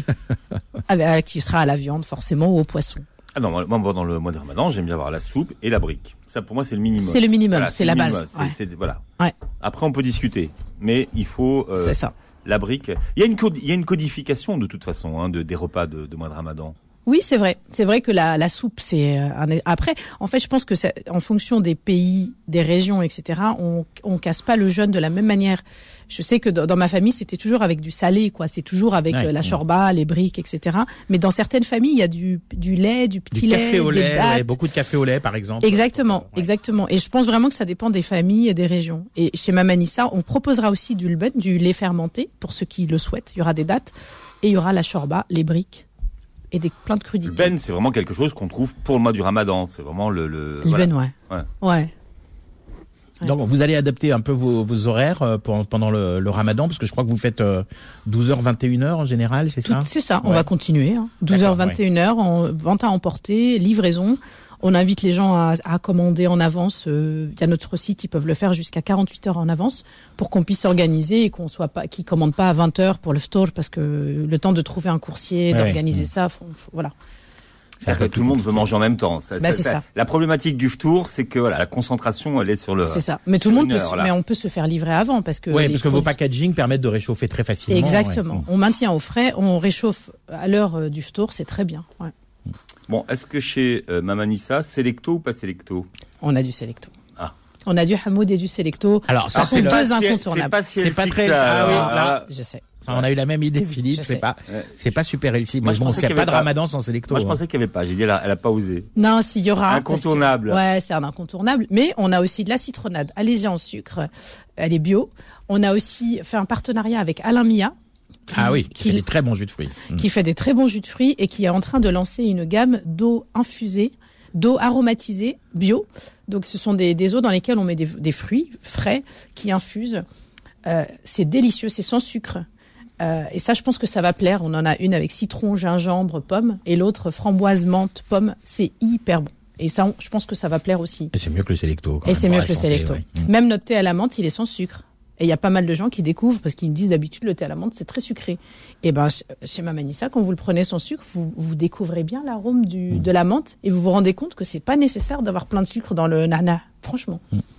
Qui sera à la viande, forcément, ou au poisson. Ah non, moi, dans le mois de Ramadan, j'aime bien avoir la soupe et la brique. Ça, pour moi, c'est le minimum. C'est le minimum, voilà, c'est la base. Voilà. Ouais. Après, on peut discuter, mais il faut c'est ça. La brique. Il y a une codification de toute façon des repas de mois de Ramadan. Oui, c'est vrai. C'est vrai que la soupe, c'est après. En fait, je pense que en fonction des pays, des régions, etc. On casse pas le jeûne de la même manière. Je sais que dans ma famille, c'était toujours avec du salé, quoi. C'est toujours avec la shorba, les briques, etc. Mais dans certaines familles, il y a du lait, du petit lait, café au lait, des dates. beaucoup de café au lait, par exemple. Exactement. Et je pense vraiment que ça dépend des familles et des régions. Et chez Maman Nissa, on proposera aussi du lben, du lait fermenté, pour ceux qui le souhaitent. Il y aura des dates et il y aura la shorba, les briques. Et plein de crudités. Le ben, c'est vraiment quelque chose qu'on trouve pour le mois du Ramadan. C'est vraiment le ben, ouais. Donc, vous allez adapter un peu vos horaires pendant le Ramadan, parce que je crois que vous faites 12h, 21h en général, c'est ça? C'est ça, on va continuer. 12h, 21h, vente à emporter, livraison. On invite les gens à commander en avance. Via notre site, ils peuvent le faire jusqu'à 48 heures en avance pour qu'on puisse s'organiser et qu'ils commandent pas à 20 heures pour le ftour, parce que le temps de trouver un coursier, d'organiser ça, voilà. C'est-à-dire que tout le monde veut manger en même temps. C'est ça. La problématique du ftour, c'est que la concentration, elle est sur le. C'est ça. Mais tout le monde mais on peut se faire livrer avant parce que. Oui, parce que vos packaging permettent de réchauffer très facilement. Exactement. Ouais. On maintient au frais, on réchauffe à l'heure du ftour, c'est très bien. Ouais. Bon, est-ce que chez Maman Nissa, Selecto ou pas Selecto? On a du Selecto. Ah. On a du Hamoud et du Selecto. Alors ça, Ce sont deux incontournables. C'est pas très. ça. Ah oui, alors, là, Je sais. enfin, on a eu la même idée, Philippe. Je sais. C'est pas super réussi. Moi, Mais je bon, pensais s'il n'y qu'il y a pas de avait Ramadan sans Selecto. Moi, je pensais qu'il n'y avait pas. J'ai dit, elle a pas osé. Non, s'il y aura. Incontournable. Ouais, c'est un incontournable. Mais on a aussi de la citronnade allégée en sucre. Elle est bio. On a aussi fait un partenariat avec Alain Mia. Qui fait des très bons jus de fruits. Qui fait des très bons jus de fruits et qui est en train de lancer une gamme d'eau infusée, d'eau aromatisée, bio. Donc, ce sont des eaux dans lesquelles on met des fruits frais qui infusent. C'est délicieux, c'est sans sucre. Et ça, je pense que ça va plaire. On en a une avec citron, gingembre, pomme, et l'autre framboise, menthe, pomme. C'est hyper bon. Et ça, je pense que ça va plaire aussi. Et c'est mieux que le Selecto. Et c'est mieux que le Selecto. Ouais. Même notre thé à la menthe, il est sans sucre. Et il y a pas mal de gens qui découvrent parce qu'ils me disent d'habitude le thé à la menthe c'est très sucré. Et ben chez Mama Nissa, quand vous le prenez sans sucre, vous découvrez bien l'arôme de la menthe et vous vous rendez compte que c'est pas nécessaire d'avoir plein de sucre dans le nana. Franchement.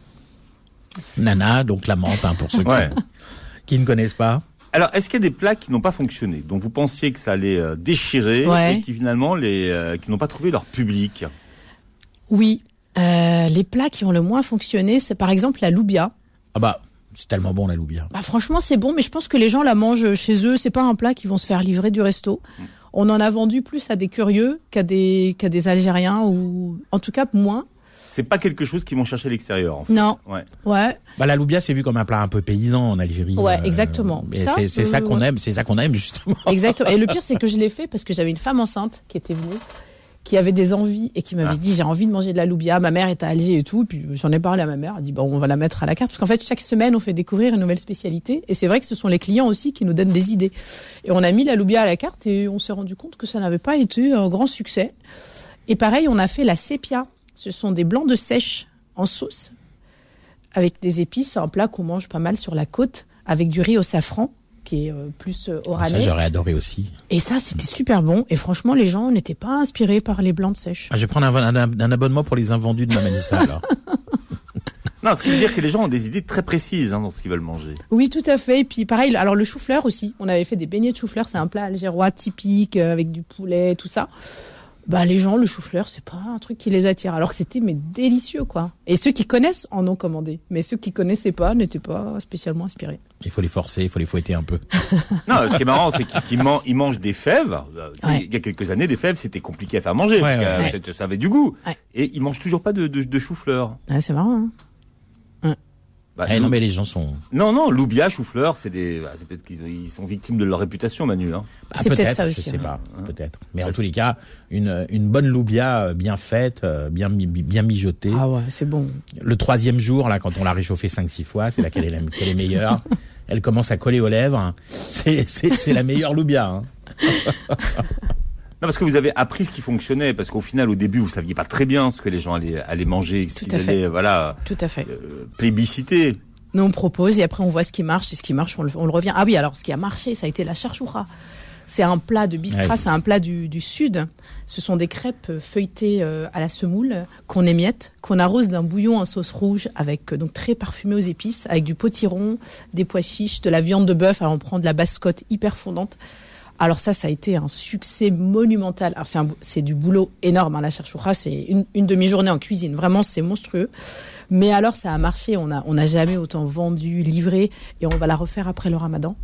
Nana, donc la menthe, pour ceux qui ne connaissent pas. Alors, est-ce qu'il y a des plats qui n'ont pas fonctionné, dont vous pensiez que ça allait déchirer et qui finalement qui n'ont pas trouvé leur public? Oui, les plats qui ont le moins fonctionné, c'est par exemple la loubia. Ah bah, c'est tellement bon la loubia. Bah franchement, c'est bon, mais je pense que les gens la mangent chez eux. C'est pas un plat qu'ils vont se faire livrer du resto. On en a vendu plus à des curieux qu'à des Algériens, ou en tout cas moins. C'est pas quelque chose qu'ils vont chercher à l'extérieur, en fait. Non. Ouais. Bah, la loubia, c'est vu comme un plat un peu paysan en Algérie. Ouais, exactement. C'est ça qu'on aime, c'est ça qu'on aime, justement. Exactement. Et le pire, c'est que je l'ai fait parce que j'avais une femme enceinte qui était venue, qui avait des envies et qui m'avait dit j'ai envie de manger de la loubia. Ma mère est à Alger et tout. Puis j'en ai parlé à ma mère. Elle a dit bon, on va la mettre à la carte parce qu'en fait chaque semaine on fait découvrir une nouvelle spécialité. Et c'est vrai que ce sont les clients aussi qui nous donnent des idées. Et on a mis la loubia à la carte et on s'est rendu compte que ça n'avait pas été un grand succès. Et pareil, on a fait la sépia. Ce sont des blancs de sèche en sauce avec des épices. C'est un plat qu'on mange pas mal sur la côte avec du riz au safran, qui est plus oranais. Ça, j'aurais adoré aussi. Et ça, c'était super bon. Et franchement, les gens n'étaient pas inspirés par les blancs de sèche. Je vais prendre un abonnement pour les invendus de Mama Nissa, alors. Non, ce qui veut dire que les gens ont des idées très précises dans ce qu'ils veulent manger. Oui, tout à fait. Et puis pareil, alors le chou-fleur aussi. On avait fait des beignets de chou-fleur. C'est un plat algérois typique avec du poulet, tout ça. Bah les gens, le chou-fleur, c'est pas un truc qui les attire. Alors que c'était délicieux, quoi. Et ceux qui connaissent en ont commandé. Mais ceux qui connaissaient pas n'étaient pas spécialement inspirés. Il faut les forcer, il faut les fouetter un peu. Non, ce qui est marrant, c'est qu'ils mangent des fèves. Il y a quelques années, des fèves, c'était compliqué à faire manger. Parce que ça avait du goût. Ouais. Et ils mangent toujours pas de chou-fleur. Ah, c'est marrant, hein. Non, mais les gens sont... Non, loubia, chou-fleur, c'est peut-être qu'ils sont victimes de leur réputation, Manu. Hein. C'est peut-être ça aussi. Je sais pas, peut-être. Mais en tous les cas, une bonne loubia bien faite, bien mijotée. Ah ouais, c'est bon. Le 3e jour, là, quand on l'a réchauffée 5-6 fois, c'est là qu'elle est meilleure. Elle commence à coller aux lèvres. C'est la meilleure loubia. Hein. Non, parce que vous avez appris ce qui fonctionnait, parce qu'au final, au début, vous saviez pas très bien ce que les gens allaient manger, ce qu'ils allaient, tout à fait. Plébisciter. Nous, on propose et après, on voit ce qui marche, et ce qui marche, on le revient. Ah oui, alors, ce qui a marché, ça a été la charchoura. C'est un plat de Biskra, c'est un plat du sud. Ce sont des crêpes feuilletées à la semoule qu'on émiette, qu'on arrose d'un bouillon en sauce rouge avec donc très parfumé aux épices, avec du potiron, des pois chiches, de la viande de bœuf. Alors, on prend de la basse-côte hyper fondante. Alors ça a été un succès monumental. Alors c'est du boulot énorme, hein, la charchoura, c'est une demi-journée en cuisine. Vraiment, c'est monstrueux. Mais alors, ça a marché. On n'a jamais autant vendu, livré, et on va la refaire après le Ramadan.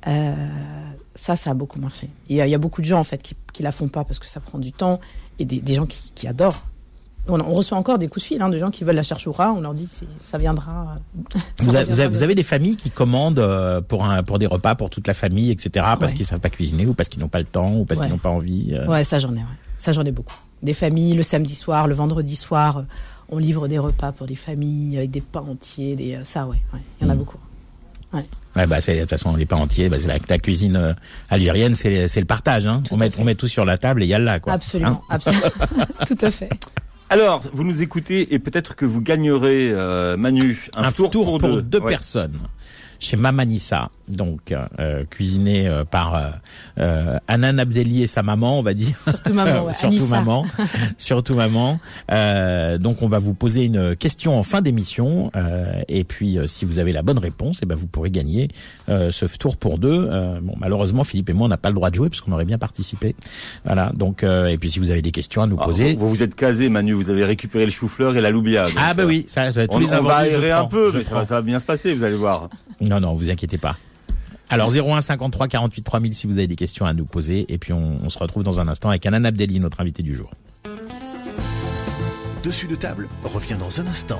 Ça a beaucoup marché. Il y a beaucoup de gens en fait qui la font pas parce que ça prend du temps, et des gens qui adorent. On reçoit encore des coups de fil de gens qui veulent la charchoura. On leur dit ça viendra. Vous avez des familles qui commandent pour des repas pour toute la famille, etc. Parce qu'ils savent pas cuisiner, ou parce qu'ils n'ont pas le temps, ou parce qu'ils n'ont pas envie. Ouais, ça j'en ai. Ouais. Ça j'en ai beaucoup. Des familles le samedi soir, le vendredi soir, on livre des repas pour des familles avec des pains entiers. Il y en a beaucoup. Ouais. De toute façon, les pains entiers, c'est la cuisine algérienne, c'est le partage. Hein. On met tout sur la table et yallah, quoi. Absolument, absolument. Tout à fait. Alors, vous nous écoutez et peut-être que vous gagnerez, Manu, un tour pour deux personnes. chez Mamanissa, donc cuisiné par Hanan Abdelli et sa maman, on va dire. Surtout maman, ouais. Surtout Anissa. maman. Surtout maman. Donc on va vous poser une question en fin d'émission et puis si vous avez la bonne réponse, vous pourrez gagner ce tour pour deux. Bon, malheureusement Philippe et moi on n'a pas le droit de jouer parce qu'on aurait bien participé. Voilà. Donc et puis si vous avez des questions à nous poser. Vous vous êtes casé, Manu, vous avez récupéré le chou-fleur et la loubia. Donc, Oui, ça tous on les va invendus, aérer un peu, mais prends. ça va bien se passer, vous allez voir. Non, vous inquiétez pas. Alors 01 53 48 3000 si vous avez des questions à nous poser et puis on se retrouve dans un instant avec Hanan Abdelli, notre invité du jour. Dessus de table revient dans un instant.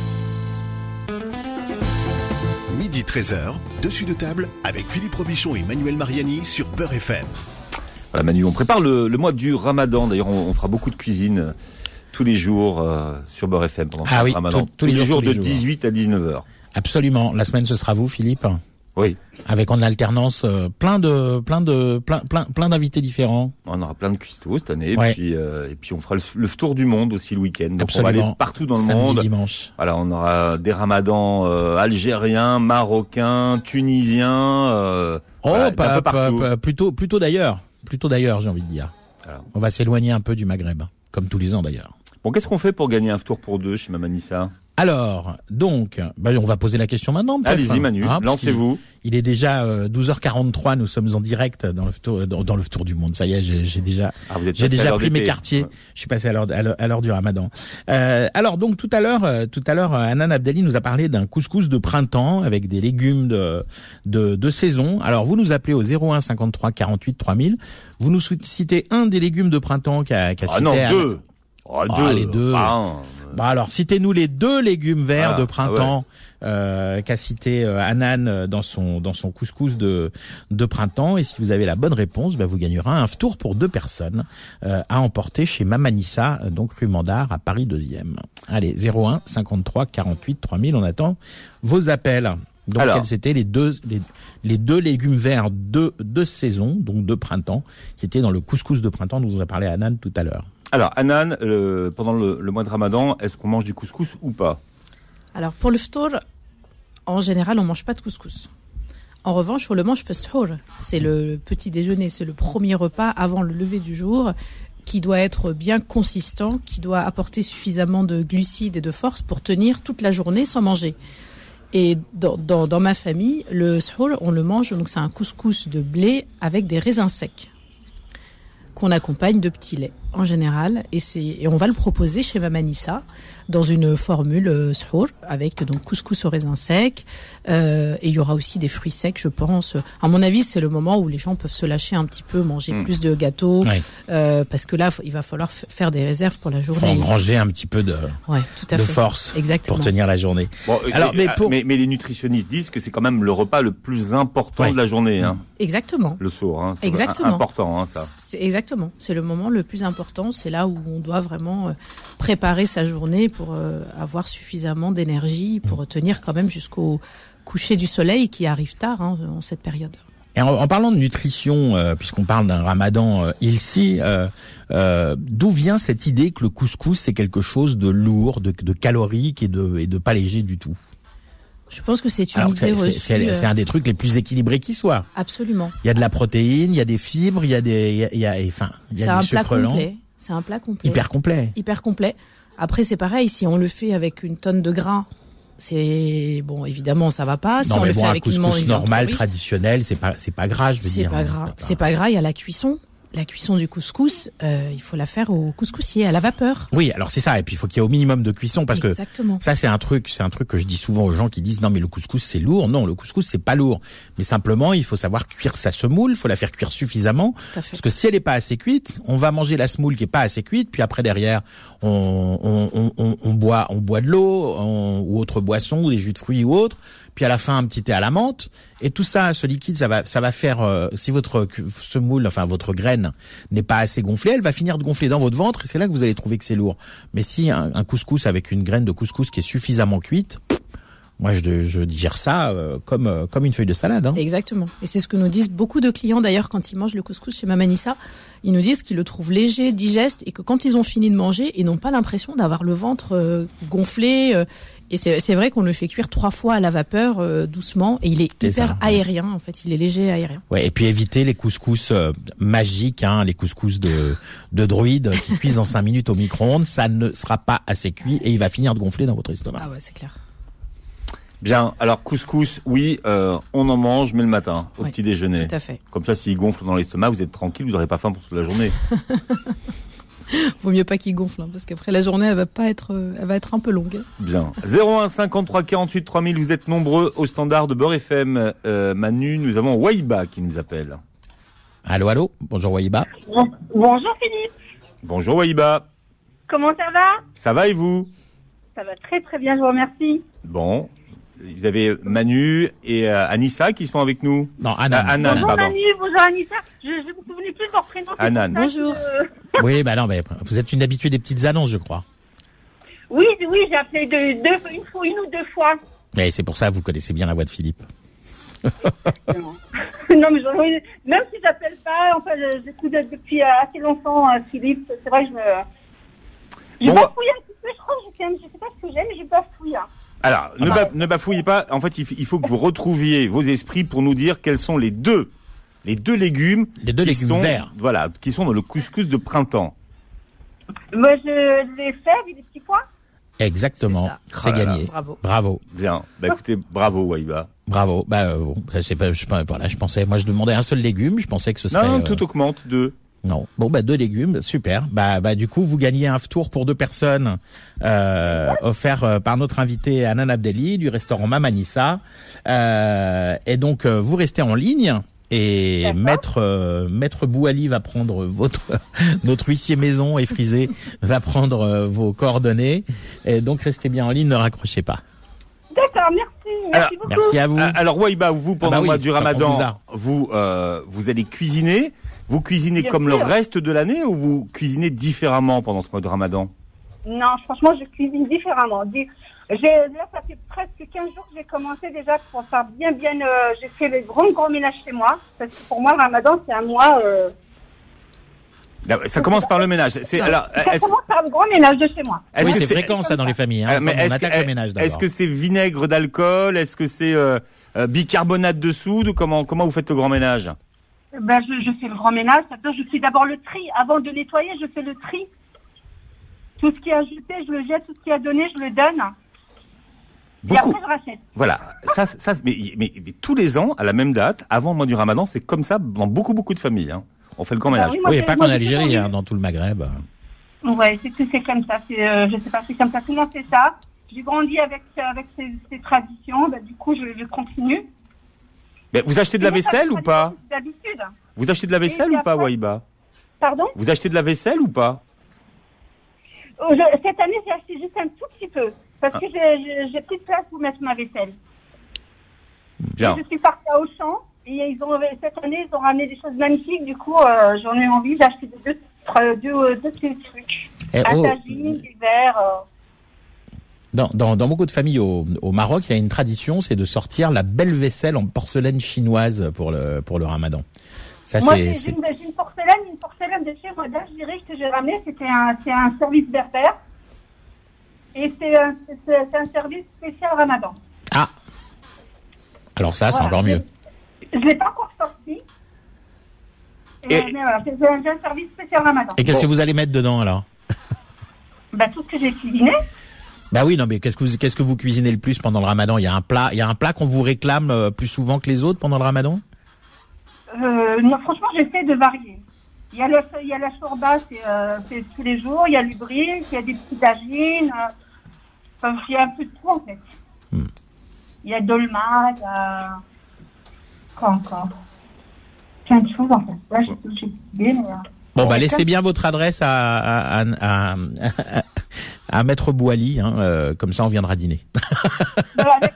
Midi 13h, dessus de table avec Philippe Robichon et Manuel Mariani sur Beurre FM. Voilà Manu, on prépare le mois du Ramadan. D'ailleurs, on fera beaucoup de cuisine tous les jours sur Beurre FM pendant le Ramadan. Tous les jours de 18 à 19h. Absolument. La semaine ce sera vous, Philippe. Oui. Avec en alternance plein d'invités différents. On aura plein de cuistots cette année, Ouais. et puis on fera le tour du monde aussi le week-end. Donc Absolument. on va aller partout dans le Samedi, monde. dimanche. Voilà, on aura des Ramadans algériens, marocains, tunisiens. Voilà, un peu partout. Plutôt d'ailleurs, j'ai envie de dire. Voilà. On va s'éloigner un peu du Maghreb, comme tous les ans d'ailleurs. Bon, qu'est-ce qu'on fait pour gagner un tour pour deux chez Mamanissa? Alors, donc, on va poser la question maintenant. peut-être. Allez-y Manu, Parce lancez-vous. Il est déjà 12h43, nous sommes en direct dans le tour du monde. Ça y est, j'ai déjà Vous êtes j'ai passé à déjà l'heure pris mes d'été. quartiers. Ouais. Je suis passé à l'heure du Ramadan. Alors donc tout à l'heure, Hanan Abdelli nous a parlé d'un couscous de printemps avec des légumes de saison. Alors vous nous appelez au 01 53 48 3000. Vous nous citez un des légumes de printemps qu'a cité Ah non, Hanan. deux. Les deux. Alors citez-nous les deux légumes verts de printemps qu'a cité Hanan dans son couscous de printemps. Et si vous avez la bonne réponse, vous gagnerez un tour pour deux personnes à emporter chez Mamanissa, donc rue Mandar à Paris 2e. Allez, 01 53 48 3000. On attend vos appels. Donc Alors, quels étaient les deux légumes verts de saison, donc de printemps, qui étaient dans le couscous de printemps dont vous a parlé Hanan tout à l'heure. Alors, Hanan, pendant le mois de Ramadan, est-ce qu'on mange du couscous ou pas? Alors, pour le ftour, en général, on mange pas de couscous. En revanche, on le mange feshour. C'est le petit déjeuner, c'est le premier repas avant le lever du jour qui doit être bien consistant, qui doit apporter suffisamment de glucides et de force pour tenir toute la journée sans manger. Et dans ma famille, le shour, on le mange, donc c'est un couscous de blé avec des raisins secs qu'on accompagne de petit lait en général, et on va le proposer chez Mamanissa dans une formule shour avec donc couscous aux raisins secs, et il y aura aussi des fruits secs, je pense. À mon avis, c'est le moment où les gens peuvent se lâcher un petit peu, manger plus de gâteaux, parce que là, il va falloir faire des réserves pour la journée. Faut engranger un petit peu de force. Exactement. Pour tenir la journée. Bon, alors, mais les nutritionnistes disent que c'est quand même le repas le plus important de la journée. Hein. Exactement. Le sourd, c'est exactement. Important, ça. Exactement. C'est le moment le plus important. C'est là où on doit vraiment préparer sa journée pour avoir suffisamment d'énergie pour tenir quand même jusqu'au coucher du soleil qui arrive tard en cette période. Et en parlant de nutrition, puisqu'on parle d'un Ramadan ici, d'où vient cette idée que le couscous c'est quelque chose de lourd, de calorique et de pas léger du tout? Je pense que c'est une idée reçue. C'est un des trucs les plus équilibrés qui soit. Absolument. Il y a de la protéine, il y a des fibres, il y a du sucre lent. C'est un plat complet. Hyper complet. Après, c'est pareil, si on le fait avec une tonne de gras, c'est bon, évidemment, ça va pas. Si on le fait avec un couscous normal, traditionnel, c'est pas gras, je veux dire. C'est pas gras, il y a la cuisson. La cuisson du couscous, il faut la faire au couscoussier, à la vapeur. Oui, alors c'est ça. Et puis il faut qu'il y ait au minimum de cuisson parce Exactement. que ça c'est un truc que je dis souvent aux gens qui disent non mais le couscous c'est lourd. Non, le couscous c'est pas lourd. Mais simplement il faut savoir cuire sa semoule, il faut la faire cuire suffisamment. Tout à fait. Parce que si elle est pas assez cuite, on va manger la semoule qui est pas assez cuite. Puis après derrière on boit de l'eau ou autre boisson ou des jus de fruits ou autre. Puis à la fin un petit thé à la menthe. Et tout ça, ce liquide, ça va faire si votre semoule, enfin votre graine n'est pas assez gonflée, elle va finir de gonfler dans votre ventre et c'est là que vous allez trouver que c'est lourd. Mais si un couscous avec une graine de couscous qui est suffisamment cuite, Moi, je digère ça comme une feuille de salade. Hein. Exactement. Et c'est ce que nous disent beaucoup de clients d'ailleurs quand ils mangent le couscous chez Mama Nissa. Ils nous disent qu'ils le trouvent léger, digeste et que quand ils ont fini de manger, ils n'ont pas l'impression d'avoir le ventre gonflé. Et c'est vrai qu'on le fait cuire 3 fois à la vapeur doucement et il est hyper aérien. En fait, il est léger, aérien. Ouais. Et puis éviter les couscous magiques, hein, les couscous de druides qui cuisent en 5 minutes au micro-ondes. Ça ne sera pas assez cuit et il va finir de gonfler dans votre estomac. Ah ouais, c'est clair. Bien, alors couscous, oui, on en mange, mais le matin, au petit déjeuner. Tout à fait. Comme ça, s'il gonfle dans l'estomac, vous êtes tranquille, vous n'aurez pas faim pour toute la journée. Vaut mieux pas qu'il gonfle, hein, parce qu'après la journée, elle va être un peu longue. Bien. 01 53 48 3000, vous êtes nombreux au standard de Beurre FM. Manu, nous avons Waïba qui nous appelle. Allô, bonjour Waïba. Bonjour Philippe. Bonjour Waïba. Comment ça va? Ça va et vous? Ça va très très bien, je vous remercie. Bon. Vous avez Manu et Anissa qui sont avec nous. Non, Anan. Bonjour pardon. Manu, bonjour Anissa. Je ne me souvenais plus de leur prénom. Anan. Bonjour. Oui, bah non, mais vous êtes une habituée des petites annonces, je crois. Oui, j'ai appelé une ou deux fois. Mais c'est pour ça que vous connaissez bien la voix de Philippe. Non, mais même si j'appelle pas, enfin, j'écoute depuis assez longtemps Philippe. C'est vrai que je bafouille un petit peu. Je crois que je sais pas ce que j'aime, mais je bafouille. Alors, ne bafouillez pas. En fait, il faut que vous retrouviez vos esprits pour nous dire quels sont les deux légumes. Les deux légumes verts. Voilà, qui sont dans le couscous de printemps. Moi, je les fais avec des petits pois. Exactement. C'est gagné. Bravo. Bien. Bah, écoutez, bravo, Waïba. Bravo. Bon, je pensais, moi, je demandais un seul légume. Je pensais que ce serait. Non, tout augmente, 2. Non. Bon, 2 légumes, super. Du coup, vous gagnez un tour pour 2 personnes, offert par notre invité Anan Abdelli du restaurant Mama Nissa. Et donc, vous restez en ligne. Et Maître Bouali va prendre notre huissier maison et frisé va prendre vos coordonnées. Et donc, restez bien en ligne, ne raccrochez pas. D'accord, merci beaucoup. Merci à vous. Alors, Waïba, vous, pendant le mois du Ramadan, vous allez cuisiner. Vous cuisinez Bien comme sûr. le reste de l'année ou vous cuisinez différemment pendant ce mois de Ramadan? Non, franchement, je cuisine différemment. Là, ça fait presque 15 jours que j'ai commencé déjà pour faire bien. J'ai fait le gros ménage chez moi. Parce que pour moi, le Ramadan, c'est un mois. Ça commence par le ménage. Ça commence par le gros ménage de chez moi. Oui, c'est fréquent ça dans les familles. Hein, mais on attaque le ménage d'abord. Est-ce que c'est vinaigre d'alcool? Est-ce que c'est bicarbonate de soude? Ou comment vous faites le grand ménage? Je fais le grand ménage. C'est-à-dire, je fais d'abord le tri. Avant de nettoyer, je fais le tri. Tout ce qui est ajouté, je le jette. Tout ce qui est donné, je le donne. Beaucoup. Et après, je rachète. Voilà. Mais tous les ans, à la même date, avant le mois du Ramadan, c'est comme ça dans beaucoup de familles. Hein. On fait le grand ménage. Oui, pas qu'en Algérie, hein, dans tout le Maghreb. Ouais, c'est comme ça. Je sais pas, c'est comme ça. Tout le monde fait ça. J'ai grandi avec ces traditions. Du coup, je continue. Mais vous achetez de la vaisselle ou pas? D'habitude. Vous achetez de la vaisselle ou pas, Waïba? Pardon? Vous achetez de la vaisselle ou pas? Cette année, j'ai acheté juste un tout petit peu. Parce que j'ai plus de place pour mettre ma vaisselle. Bien. Je suis partie à Auchan. Et cette année, ils ont ramené des choses magnifiques. Du coup, j'en ai envie. J'ai acheté deux petits trucs. Un tagine, des verres. Dans beaucoup de familles au Maroc, il y a une tradition, c'est de sortir la belle vaisselle en porcelaine chinoise pour le Ramadan. Ça, moi, j'ai une porcelaine de chez moi d'Algérie que j'ai ramenée. C'est un service berbère. Et c'est un service spécial Ramadan. Ah. Alors ça, c'est encore mieux. Je l'ai pas encore sorti. Mais voilà, c'est un service spécial Ramadan. Et qu'est-ce que vous allez mettre dedans alors? Tout ce que j'ai cuisiné. Oui, non, mais qu'est-ce que vous cuisinez le plus pendant le Ramadan? Il y a un plat qu'on vous réclame plus souvent que les autres pendant le Ramadan? Non, franchement, j'essaie de varier. Il y a la shorba, c'est tous les jours. Il y a l'ubrik, il y a des petits tagines. Il y a un peu de tout en fait. Il y a dolma, il y a quoi encore? Plein de choses en fait. Là, j'ai oublié, mais... Bon, laissez bien votre adresse à Maître Bouali, hein, comme ça on viendra dîner. Avec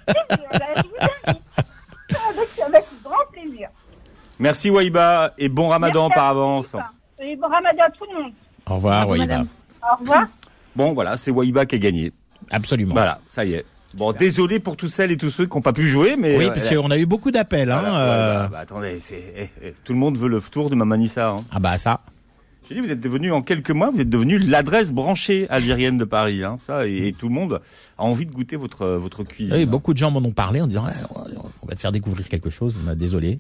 grand plaisir. Merci Waïba et bon Ramadan par avance. Et bon Ramadan à tout le monde. Au revoir Waïba. Au revoir. Bon voilà, c'est Waïba qui a gagné. Absolument. Voilà, ça y est. Bon, désolé pour tous celles et tous ceux qui n'ont pas pu jouer, mais... Oui, parce qu'on a eu beaucoup d'appels. Voilà, attendez, tout le monde veut le tour de Mama Nissa. Hein. Ah bah ça. J'ai dit, vous êtes devenu, en quelques mois, vous êtes devenu l'adresse branchée algérienne de Paris. Hein, ça, et tout le monde a envie de goûter votre cuisine. Oui, beaucoup de gens m'en ont parlé en disant on va te faire découvrir quelque chose. Désolé.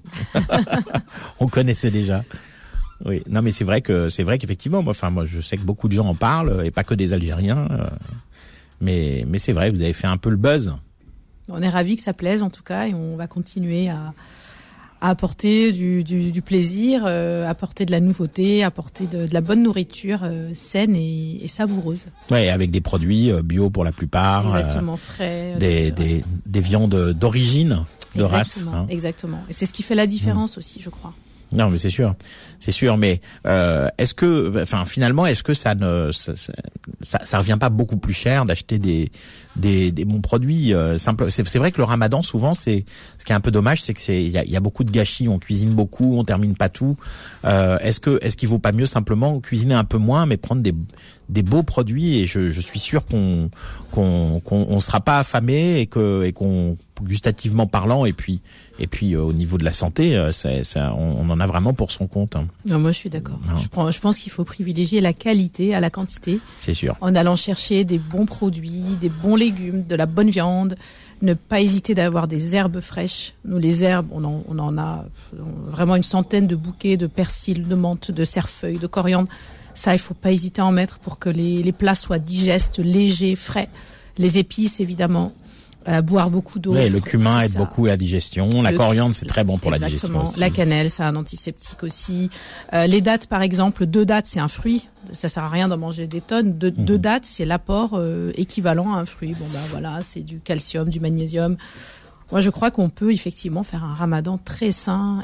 On connaissait déjà. Oui, non mais c'est vrai qu'effectivement, moi je sais que beaucoup de gens en parlent et pas que des Algériens. Mais c'est vrai, vous avez fait un peu le buzz. On est ravis que ça plaise en tout cas et on va continuer à apporter du plaisir, apporter de la nouveauté, apporter de la bonne nourriture saine et savoureuse. Ouais, avec des produits bio pour la plupart. Exactement, frais. Des viandes d'origine, de race. Hein. Exactement. Et c'est ce qui fait la différence aussi, je crois. Non, mais c'est sûr. Mais est-ce que, finalement, est-ce que ça revient pas beaucoup plus cher d'acheter des bons produits simples? C'est vrai que le Ramadan, souvent, ce qui est un peu dommage, c'est que il y a beaucoup de gâchis. On cuisine beaucoup, on termine pas tout. Est-ce qu'il vaut pas mieux simplement cuisiner un peu moins, mais prendre des beaux produits? Et je suis sûr qu'on sera pas affamé et qu'on gustativement parlant et puis au niveau de la santé, on en a vraiment pour son compte. Hein. Non, moi je suis d'accord. Je pense qu'il faut privilégier la qualité à la quantité. C'est sûr. En allant chercher des bons produits, des bons légumes, de la bonne viande. Ne pas hésiter d'avoir des herbes fraîches. Nous, les herbes, on en a vraiment une centaine de bouquets de persil, de menthe, de cerfeuil, de coriandre. Ça, il faut pas hésiter à en mettre pour que les plats soient digestes, légers, frais. Les épices, évidemment. Boire beaucoup d'eau. Oui, le cumin aide beaucoup à la digestion. La coriandre, c'est très bon pour la digestion aussi. La cannelle, c'est un antiseptique aussi. Les dattes, par exemple, 2 dattes, c'est un fruit. Ça sert à rien d'en manger des tonnes. 2 dattes, c'est l'apport équivalent à un fruit. Bon, voilà, c'est du calcium, du magnésium. Moi, je crois qu'on peut effectivement faire un ramadan très sain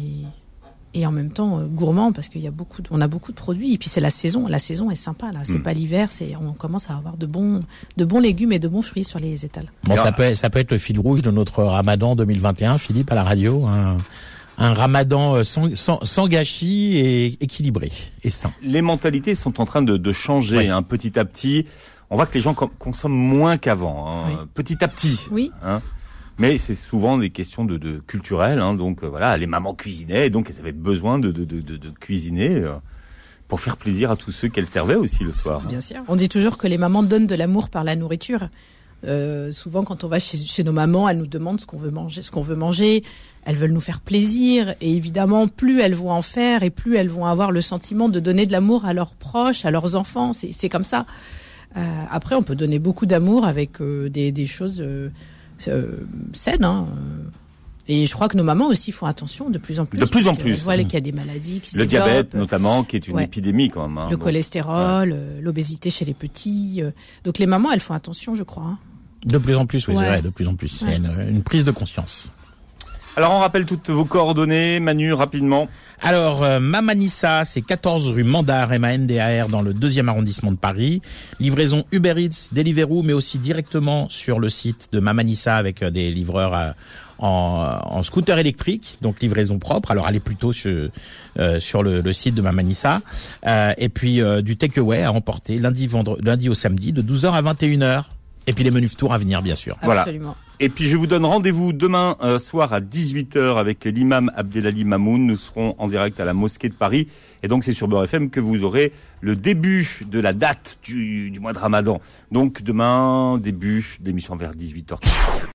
et en même temps gourmand parce qu'il y a on a beaucoup de produits et puis c'est la saison est sympa là, c'est pas l'hiver, on commence à avoir de bons légumes et de bons fruits sur les étals. Bon, ça peut être le fil rouge de notre Ramadan 2021, Philippe, à la radio, un Ramadan sans gâchis et équilibré et sain. Les mentalités sont en train de changer petit à petit. On voit que les gens consomment moins qu'avant, petit à petit. Oui. Mais c'est souvent des questions de culturelles, donc voilà, les mamans cuisinaient, et donc elles avaient besoin de cuisiner pour faire plaisir à tous ceux qu'elles servaient aussi le soir. Bien sûr. On dit toujours que les mamans donnent de l'amour par la nourriture. Souvent, quand on va chez nos mamans, elles nous demandent ce qu'on veut manger. Elles veulent nous faire plaisir, et évidemment, plus elles vont en faire, et plus elles vont avoir le sentiment de donner de l'amour à leurs proches, à leurs enfants. C'est comme ça. Après, on peut donner beaucoup d'amour avec des choses saines. Et je crois que nos mamans aussi font attention de plus en plus. De plus en plus. On voit qu'il y a des maladies qui se développent. Le diabète, notamment, qui est une Ouais. épidémie quand même. Le cholestérol, l'obésité chez les petits. Donc les mamans, elles font attention, je crois. De plus en plus, oui, Ouais. c'est vrai, de plus en plus. Il y a une prise de conscience. Alors on rappelle toutes vos coordonnées, Manu, rapidement. Alors, Mama Nissa, c'est 14 rue Mandar, MANDAR, dans le 2e arrondissement de Paris. Livraison Uber Eats, Deliveroo, mais aussi directement sur le site de Mama Nissa avec des livreurs en scooter électrique, donc livraison propre. Alors, allez plutôt sur le site de Mama Nissa. Et puis, du takeaway à emporter lundi au samedi de 12h à 21h. Et puis les menus tours à venir, bien sûr. Voilà. Absolument. Et puis je vous donne rendez-vous demain soir à 18h avec l'imam Abdelali Mamoun. Nous serons en direct à la mosquée de Paris. Et donc c'est sur Beurre FM que vous aurez le début de la date du mois de Ramadan. Donc demain, début d'émission vers 18h.